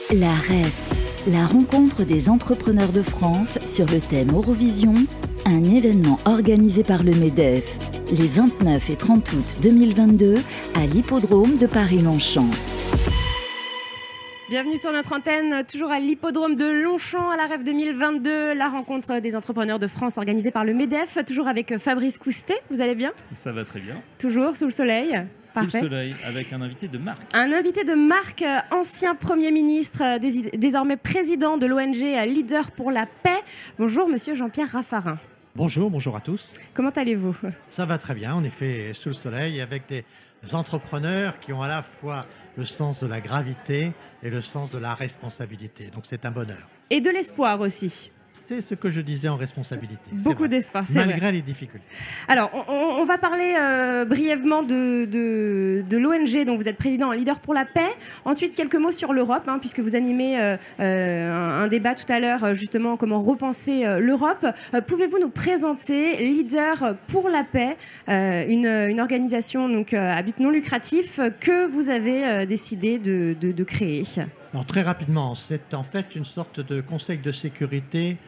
La REF, la rencontre des entrepreneurs de France sur le thème Eurovision, un événement organisé par le MEDEF les 29 et 30 août 2022 à l'hippodrome de Paris-Longchamp. Bienvenue sur notre antenne, toujours à l'hippodrome de Longchamp à la REF 2022, la rencontre des entrepreneurs de France organisée par le MEDEF, toujours avec Fabrice Coustet. Vous allez bien ? Ça va très bien. Toujours sous le soleil ? Parfait. Sous le soleil, avec un invité de marque. Un invité de marque, ancien Premier ministre, désormais président de l'ONG Leader pour la paix. Bonjour Monsieur Jean-Pierre Raffarin. Bonjour à tous. Comment allez-vous ? Ça va très bien, en effet, sous le soleil, avec des entrepreneurs qui ont à la fois le sens de la gravité et le sens de la responsabilité. Donc c'est un bonheur. Et de l'espoir aussi. C'est ce que je disais en responsabilité. Beaucoup d'espoir, c'est malgré vrai. Les difficultés. Alors, on va parler brièvement de l'ONG dont vous êtes président, un leader pour la paix. Ensuite, quelques mots sur l'Europe, puisque vous animez un débat tout à l'heure, justement, comment repenser l'Europe. Pouvez-vous nous présenter Leader pour la paix, une organisation donc, à but non lucratif que vous avez décidé de créer ? Alors, très rapidement, c'est en fait une sorte de conseil de sécurité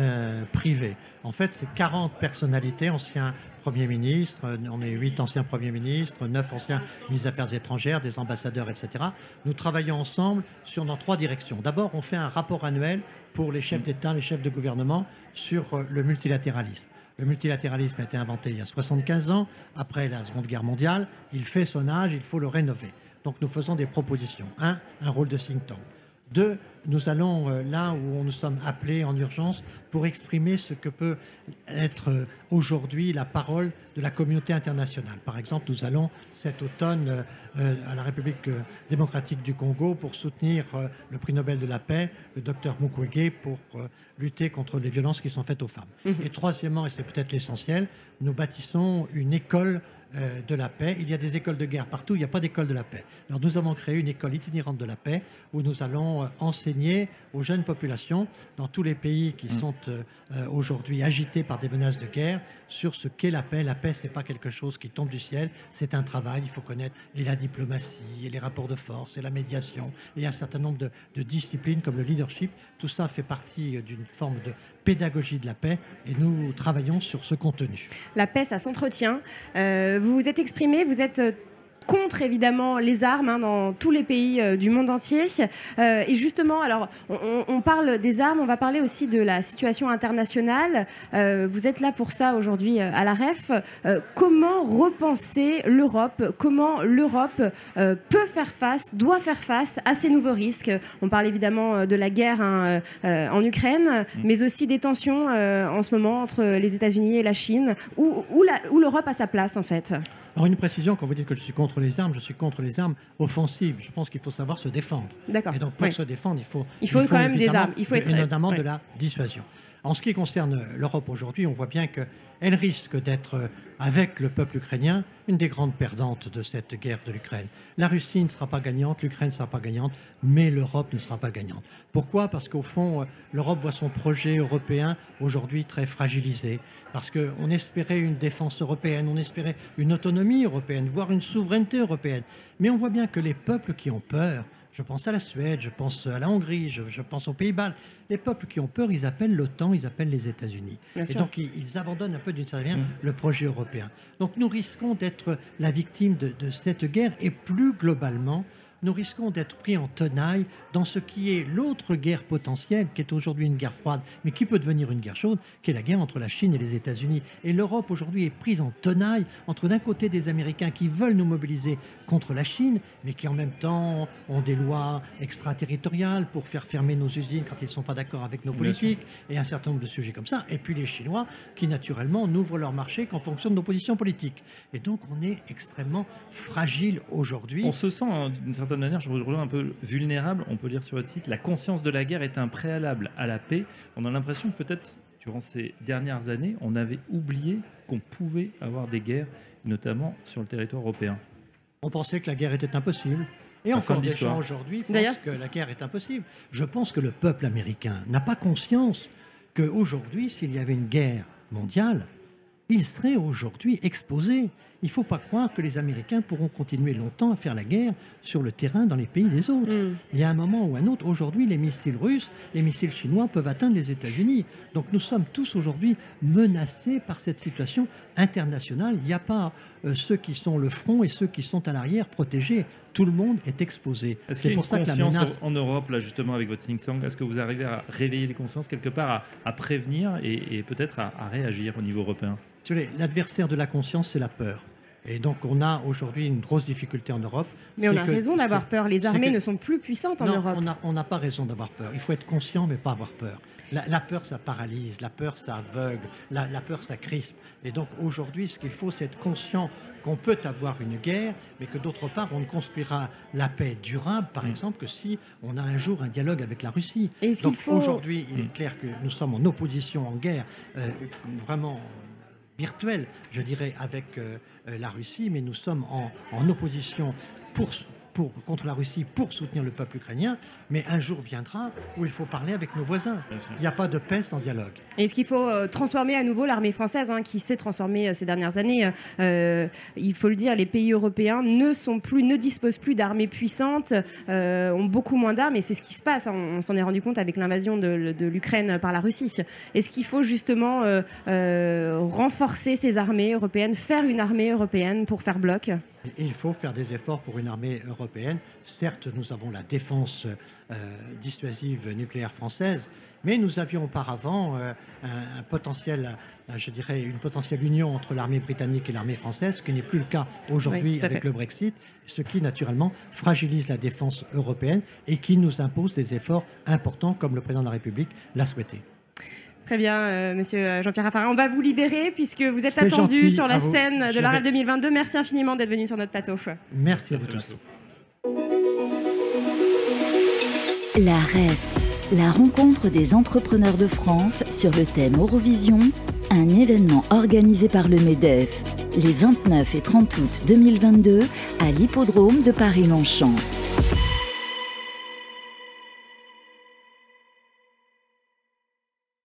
privé. En fait, c'est 40 personnalités, anciens premiers ministres, on est 8 anciens premiers ministres, 9 anciens ministres des Affaires étrangères, des ambassadeurs, etc. Nous travaillons ensemble dans 3 directions. D'abord, on fait un rapport annuel pour les chefs d'État, les chefs de gouvernement sur le multilatéralisme. Le multilatéralisme a été inventé il y a 75 ans, après la Seconde Guerre mondiale. Il fait son âge, il faut le rénover. Donc nous faisons des propositions. Un rôle de think tank. 2, nous allons là où nous sommes appelés en urgence pour exprimer ce que peut être aujourd'hui la parole de la communauté internationale. Par exemple, nous allons cet automne à la République démocratique du Congo pour soutenir le prix Nobel de la paix, le docteur Mukwege, pour lutter contre les violences qui sont faites aux femmes. Et troisièmement, et c'est peut-être l'essentiel, nous bâtissons une école de la paix. Il y a des écoles de guerre partout, il n'y a pas d'école de la paix. Alors nous avons créé une école itinérante de la paix où nous allons enseigner aux jeunes populations dans tous les pays qui sont aujourd'hui agités par des menaces de guerre sur ce qu'est la paix. La paix, ce n'est pas quelque chose qui tombe du ciel, c'est un travail, il faut connaître et la diplomatie, et les rapports de force, et la médiation, et un certain nombre de disciplines comme le leadership. Tout ça fait partie d'une forme de pédagogie de la paix et nous travaillons sur ce contenu. La paix, ça s'entretient. Vous vous êtes exprimé, vous êtes contre évidemment les armes dans tous les pays du monde entier. Et justement, alors on parle des armes, on va parler aussi de la situation internationale. Vous êtes là pour ça aujourd'hui à la REF. Comment repenser l'Europe ? Comment l'Europe peut faire face, doit faire face à ces nouveaux risques ? On parle évidemment de la guerre en Ukraine, mais aussi des tensions en ce moment entre les États-Unis et la Chine, où l'Europe a sa place en fait. Alors une précision, quand vous dites que je suis contre les armes, je suis contre les armes offensives. Je pense qu'il faut savoir se défendre. D'accord. Et donc pour se défendre, il faut quand même des armes. Il faut notamment de la dissuasion. En ce qui concerne l'Europe aujourd'hui, on voit bien qu'elle risque d'être, avec le peuple ukrainien, une des grandes perdantes de cette guerre de l'Ukraine. La Russie ne sera pas gagnante, l'Ukraine ne sera pas gagnante, mais l'Europe ne sera pas gagnante. Pourquoi ? Parce qu'au fond, l'Europe voit son projet européen aujourd'hui très fragilisé. Parce qu'on espérait une défense européenne, on espérait une autonomie européenne, voire une souveraineté européenne. Mais on voit bien que les peuples qui ont peur, je pense à la Suède, je pense à la Hongrie, je pense aux Pays-Bas. Les peuples qui ont peur, ils appellent l'OTAN, ils appellent les États-Unis. Et donc, ils abandonnent un peu d'une certaine manière le projet européen. Donc, nous risquons d'être la victime de cette guerre et plus globalement, nous risquons d'être pris en tenaille dans ce qui est l'autre guerre potentielle, qui est aujourd'hui une guerre froide, mais qui peut devenir une guerre chaude, qui est la guerre entre la Chine et les États-Unis. Et l'Europe aujourd'hui est prise en tenaille entre d'un côté des Américains qui veulent nous mobiliser contre la Chine, mais qui en même temps ont des lois extraterritoriales pour faire fermer nos usines quand ils ne sont pas d'accord avec nos politiques, et un certain nombre de sujets comme ça. Et puis les Chinois qui naturellement n'ouvrent leur marché qu'en fonction de nos positions politiques. Et donc on est extrêmement fragile aujourd'hui. On se sent d'une certaine manière, je rejoins un peu vulnérable, on peut lire sur votre site, la conscience de la guerre est un préalable à la paix. On a l'impression que peut-être, durant ces dernières années, on avait oublié qu'on pouvait avoir des guerres, notamment sur le territoire européen. On pensait que la guerre était impossible. Et encore des gens aujourd'hui pensent que la guerre est impossible. Je pense que le peuple américain n'a pas conscience qu'aujourd'hui, s'il y avait une guerre mondiale, ils seraient aujourd'hui exposés. Il ne faut pas croire que les Américains pourront continuer longtemps à faire la guerre sur le terrain dans les pays des autres. Il y a un moment ou un autre, aujourd'hui, les missiles russes, les missiles chinois peuvent atteindre les États-Unis. Donc nous sommes tous aujourd'hui menacés par cette situation internationale. Il n'y a pas ceux qui sont le front et ceux qui sont à l'arrière protégés. Tout le monde est exposé. Est-ce qu'il y a une conscience en Europe, là, justement, avec votre think tank, est-ce que vous arrivez à réveiller les consciences quelque part, à prévenir et peut-être à réagir au niveau européen ? L'adversaire de la conscience, c'est la peur. Et donc, on a aujourd'hui une grosse difficulté en Europe. Mais on a raison d'avoir peur. Les armées ne sont plus puissantes en Europe. On n'a pas raison d'avoir peur. Il faut être conscient, mais pas avoir peur. La peur, ça paralyse. La peur, ça aveugle. La peur, ça crispe. Et donc, aujourd'hui, ce qu'il faut, c'est être conscient qu'on peut avoir une guerre, mais que d'autre part, on ne construira la paix durable, par exemple, que si on a un jour un dialogue avec la Russie. Donc, aujourd'hui, il est clair que nous sommes en opposition, en guerre, vraiment virtuelle, je dirais, avec la Russie, mais nous sommes en opposition contre la Russie pour soutenir le peuple ukrainien, mais un jour viendra où il faut parler avec nos voisins. Il n'y a pas de paix sans dialogue. Et est-ce qu'il faut transformer à nouveau l'armée française, qui s'est transformée ces dernières années il faut le dire, les pays européens ne disposent plus d'armées puissantes, ont beaucoup moins d'armes, et c'est ce qui se passe. On s'en est rendu compte avec l'invasion de l'Ukraine par la Russie. Est-ce qu'il faut justement renforcer ces armées européennes, faire une armée européenne pour faire bloc ? Il faut faire des efforts pour une armée européenne. Certes, nous avons la défense dissuasive nucléaire française, mais nous avions auparavant un potentiel, je dirais, une potentielle union entre l'armée britannique et l'armée française, ce qui n'est plus le cas aujourd'hui avec le Brexit, ce qui naturellement fragilise la défense européenne et qui nous impose des efforts importants, comme le président de la République l'a souhaité. Très bien, monsieur Jean-Pierre Raffarin. On va vous libérer puisque vous êtes attendu sur la scène de la REF 2022. Merci infiniment d'être venu sur notre plateau. Merci à vous tous. La REF, la rencontre des entrepreneurs de France sur le thème Eurovision, un événement organisé par le MEDEF les 29 et 30 août 2022 à l'hippodrome de Paris-Longchamp.